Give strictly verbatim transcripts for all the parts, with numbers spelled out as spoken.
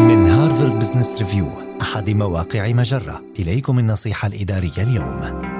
من هارفارد بزنس ريفيو، أحد مواقع مجرة، إليكم النصيحة الإدارية اليوم.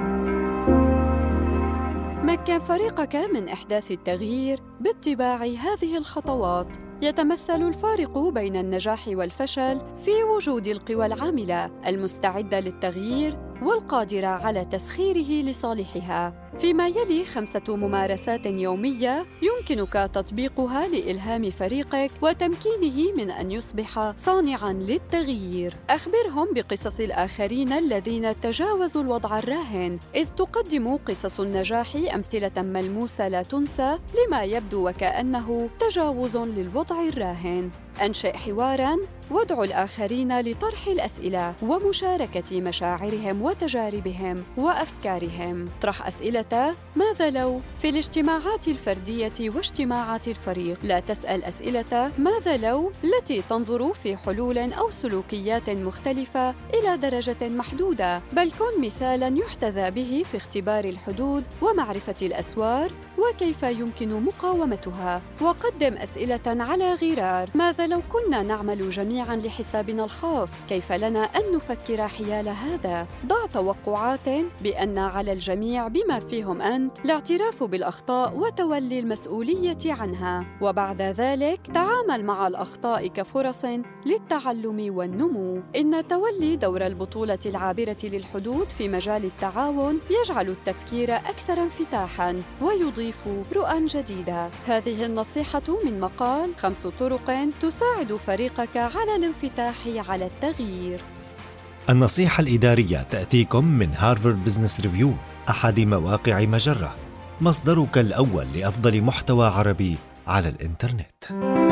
مكن فريقك من إحداث التغيير باتباع هذه الخطوات. يتمثل الفارق بين النجاح والفشل في وجود القوى العاملة المستعدة للتغيير والقادرة على تسخيره لصالحها. فيما يلي خمسة ممارسات يومية يمكنك تطبيقها لإلهام فريقك وتمكينه من أن يصبح صانعاً للتغيير. أخبرهم بقصص الآخرين الذين تجاوزوا الوضع الراهن، إذ تقدم قصص النجاح أمثلة ملموسة لا تنسى لما يبدو وكأنه تجاوز للوضع الراهن. أنشئ حواراً وادعو الآخرين لطرح الأسئلة ومشاركة مشاعرهم وتجاربهم وأفكارهم. طرح أسئلة ماذا لو في الاجتماعات الفردية واجتماعات الفريق. لا تسأل أسئلة ماذا لو التي تنظر في حلول أو سلوكيات مختلفة إلى درجة محدودة، بل كن مثالاً يحتذى به في اختبار الحدود ومعرفة الأسوار وكيف يمكن مقاومتها. وقدم أسئلة على غرار. ماذا لو كنا نعمل جميعاً لحسابنا الخاص؟ كيف لنا أن نفكر حيال هذا؟ ضع توقعات بأن على الجميع بما فيهم أنت الاعتراف بالأخطاء وتولي المسؤولية عنها، وبعد ذلك تعامل مع الأخطاء كفرص للتعلم والنمو. إن تولي دور البطولة العابرة للحدود في مجال التعاون يجعل التفكير أكثر انفتاحاً ويضيف رؤى جديدة. هذه النصيحة من مقال خمس طرق تساعد فريقك على الانفتاح على التغيير. النصيحة الإدارية تأتيكم من هارفارد بزنس ريفيو، أحد مواقع مجرة، مصدرك الأول لأفضل محتوى عربي على الإنترنت.